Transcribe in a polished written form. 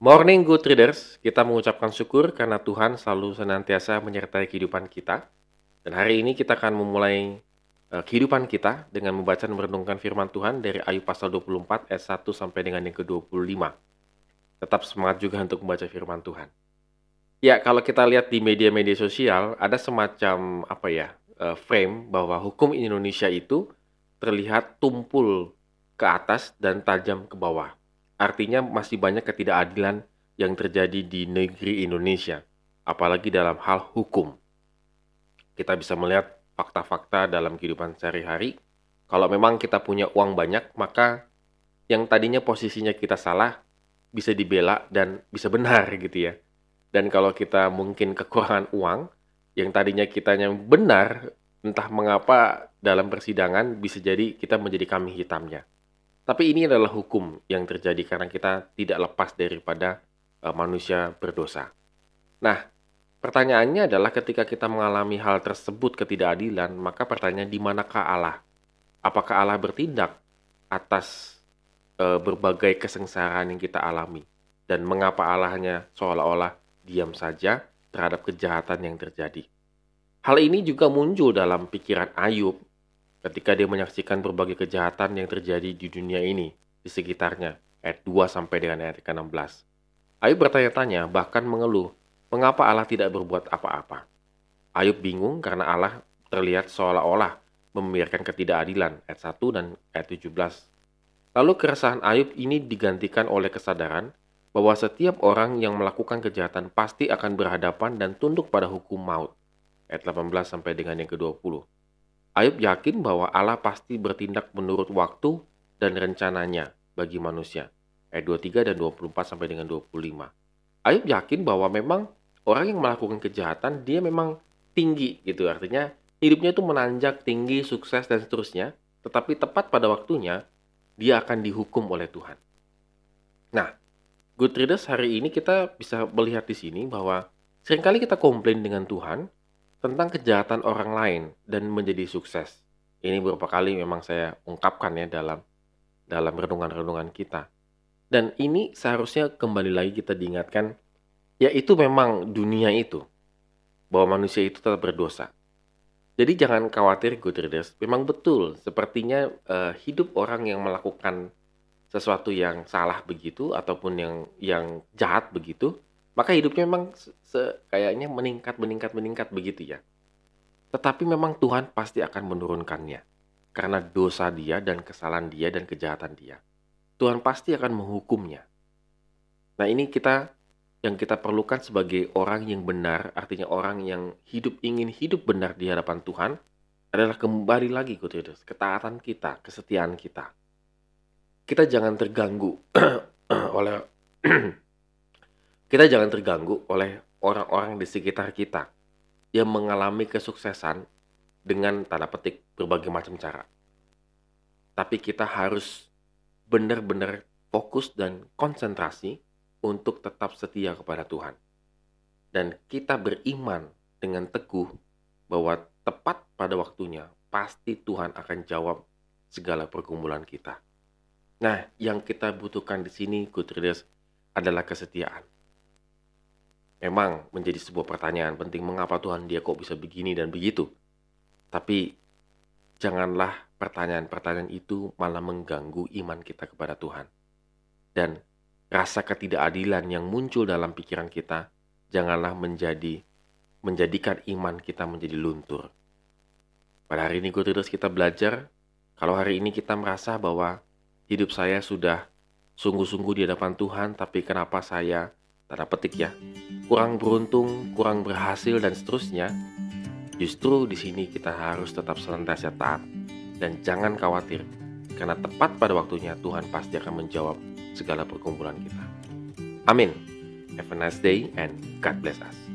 Morning Good Readers, kita mengucapkan syukur karena Tuhan selalu senantiasa menyertai kehidupan kita. Dan hari ini kita akan memulai kehidupan kita dengan membaca dan merenungkan firman Tuhan dari Ayub pasal 24 ayat 1 sampai dengan yang ke-25. Tetap semangat juga untuk membaca firman Tuhan. Ya, kalau kita lihat di media-media sosial, ada semacam frame bahwa hukum Indonesia itu terlihat tumpul ke atas dan tajam ke bawah. Artinya masih banyak ketidakadilan yang terjadi di negeri Indonesia, apalagi dalam hal hukum. Kita bisa melihat fakta-fakta dalam kehidupan sehari-hari. Kalau memang kita punya uang banyak, maka yang tadinya posisinya kita salah bisa dibela dan bisa benar gitu ya. Dan kalau kita mungkin kekurangan uang, yang tadinya kitanya benar, entah mengapa dalam persidangan bisa jadi kita menjadi kambing hitamnya. Tapi ini adalah hukum yang terjadi karena kita tidak lepas daripada manusia berdosa. Nah, pertanyaannya adalah ketika kita mengalami hal tersebut ketidakadilan, maka pertanyaan di manakah Allah? Apakah Allah bertindak atas berbagai kesengsaraan yang kita alami? Dan mengapa Allah hanya seolah-olah diam saja terhadap kejahatan yang terjadi? Hal ini juga muncul dalam pikiran Ayub ketika dia menyaksikan berbagai kejahatan yang terjadi di dunia ini, di sekitarnya, ayat 2 sampai dengan ayat ke-16. Ayub bertanya-tanya, bahkan mengeluh, mengapa Allah tidak berbuat apa-apa? Ayub bingung karena Allah terlihat seolah-olah membiarkan ketidakadilan, ayat 1 dan ayat 17. Lalu keresahan Ayub ini digantikan oleh kesadaran bahwa setiap orang yang melakukan kejahatan pasti akan berhadapan dan tunduk pada hukum maut, ayat 18 sampai dengan yang ke-20. Ayub yakin bahwa Allah pasti bertindak menurut waktu dan rencananya bagi manusia. Ayat 23 dan 24 sampai dengan 25. Ayub yakin bahwa memang orang yang melakukan kejahatan dia memang tinggi gitu. Artinya hidupnya itu menanjak tinggi, sukses dan seterusnya. Tetapi tepat pada waktunya dia akan dihukum oleh Tuhan. Nah, Good Readers, hari ini kita bisa melihat di sini bahwa seringkali kita komplain dengan Tuhan tentang kejahatan orang lain dan menjadi sukses. Ini beberapa kali memang saya ungkapkan ya dalam renungan-renungan kita. Dan ini seharusnya kembali lagi kita diingatkan, yaitu memang dunia itu, bahwa manusia itu tetap berdosa. Jadi jangan khawatir Good Readers, memang betul sepertinya hidup orang yang melakukan sesuatu yang salah begitu ataupun yang jahat begitu, maka hidupnya memang kayaknya meningkat begitu ya. Tetapi memang Tuhan pasti akan menurunkannya. Karena dosa dia dan kesalahan dia dan kejahatan dia. Tuhan pasti akan menghukumnya. Nah ini yang kita perlukan sebagai orang yang benar, artinya orang yang ingin hidup benar di hadapan Tuhan, adalah kembali lagi ketaatan kita, kesetiaan kita. Kita jangan terganggu oleh Kita jangan terganggu oleh orang-orang di sekitar kita yang mengalami kesuksesan dengan tanda petik berbagai macam cara. Tapi kita harus benar-benar fokus dan konsentrasi untuk tetap setia kepada Tuhan. Dan kita beriman dengan teguh bahwa tepat pada waktunya pasti Tuhan akan jawab segala pergumulan kita. Nah, yang kita butuhkan di sini, Good Readers, adalah kesetiaan. Memang menjadi sebuah pertanyaan penting, mengapa Tuhan dia kok bisa begini dan begitu. Tapi janganlah pertanyaan-pertanyaan itu malah mengganggu iman kita kepada Tuhan. Dan rasa ketidakadilan yang muncul dalam pikiran kita, janganlah menjadikan iman kita menjadi luntur. Pada hari ini Good Readers, kita belajar, kalau hari ini kita merasa bahwa hidup saya sudah sungguh-sungguh di hadapan Tuhan, tapi kenapa saya, tanda petik ya, kurang beruntung, kurang berhasil dan seterusnya. Justru di sini kita harus tetap senantiasa taat dan jangan khawatir, karena tepat pada waktunya Tuhan pasti akan menjawab segala pergumulan kita. Amin. Have a nice day and God bless us.